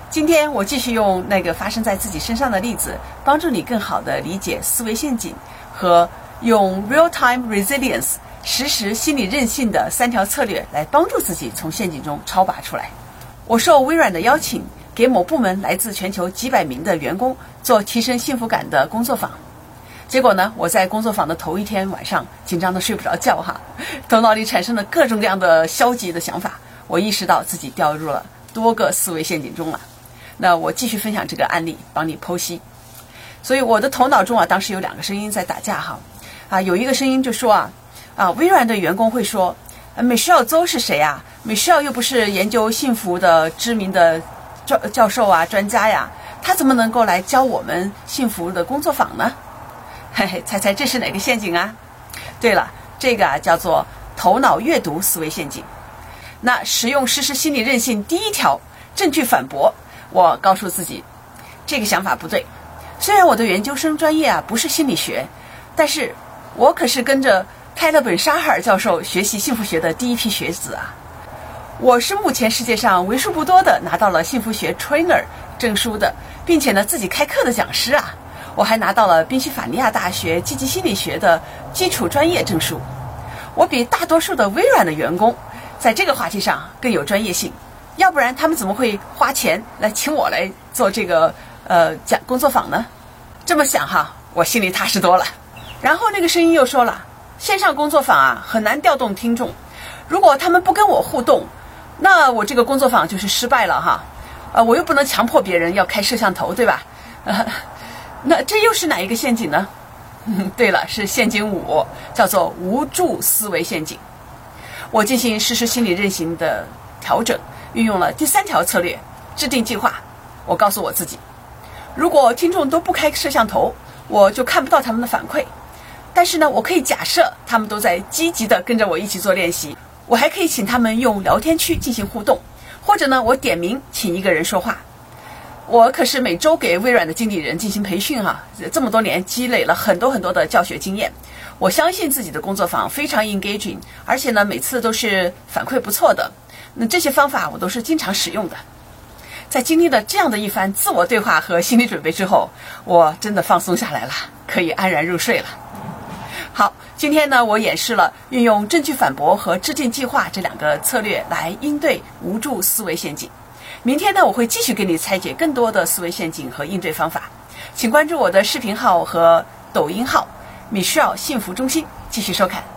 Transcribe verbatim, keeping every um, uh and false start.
今天我继续用那个发生在自己身上的例子，帮助你更好地理解思维陷阱和用 real-time resilience 实时心理韧性的三条策略来帮助自己从陷阱中超拔出来。我受微软的邀请，给某部门来自全球几百名的员工做提升幸福感的工作坊。结果呢，我在工作坊的头一天晚上紧张的睡不着觉哈，头脑里产生了各种各样的消极的想法，我意识到自己掉入了多个思维陷阱中了。那我继续分享这个案例，帮你剖析。所以我的头脑中啊，当时有两个声音在打架哈，啊，有一个声音就说啊，啊，微软的员工会说，美歇尔邹是谁呀？美歇尔又不是研究幸福的知名的教教授啊、专家呀，他怎么能够来教我们幸福的工作坊呢？嘿嘿，猜猜这是哪个陷阱啊？对了，这个啊叫做头脑阅读思维陷阱。那使用实时心理韧性第一条，证据反驳。我告诉自己，这个想法不对。虽然我的研究生专业啊不是心理学，但是我可是跟着泰勒本沙哈尔教授学习幸福学的第一批学子啊。我是目前世界上为数不多的拿到了幸福学 trainer 证书的，并且呢自己开课的讲师啊。我还拿到了宾夕法尼亚大学积极心理学的基础专业证书。我比大多数的微软的员工在这个话题上更有专业性，要不然他们怎么会花钱来请我来做这个呃讲工作坊呢？这么想哈，我心里踏实多了。然后那个声音又说了，线上工作坊啊很难调动听众，如果他们不跟我互动，那我这个工作坊就是失败了哈。呃，我又不能强迫别人要开摄像头，对吧？呃那这又是哪一个陷阱呢？对了，是陷阱五，叫做无助思维陷阱。我进行实时心理韧性的调整，运用了第三条策略，制定计划。我告诉我自己，如果听众都不开摄像头，我就看不到他们的反馈。但是呢，我可以假设他们都在积极的跟着我一起做练习，我还可以请他们用聊天区进行互动，或者呢，我点名请一个人说话。我可是每周给微软的经理人进行培训哈、啊，这么多年积累了很多很多的教学经验。我相信自己的工作坊非常 engaging， 而且呢每次都是反馈不错的。那这些方法我都是经常使用的。在经历了这样的一番自我对话和心理准备之后，我真的放松下来了，可以安然入睡了。好，今天呢我演示了运用证据反驳和制定计划这两个策略来应对无助思维陷阱。明天呢，我会继续给你拆解更多的思维陷阱和应对方法，请关注我的视频号和抖音号 Michelle 幸福中心，继续收看。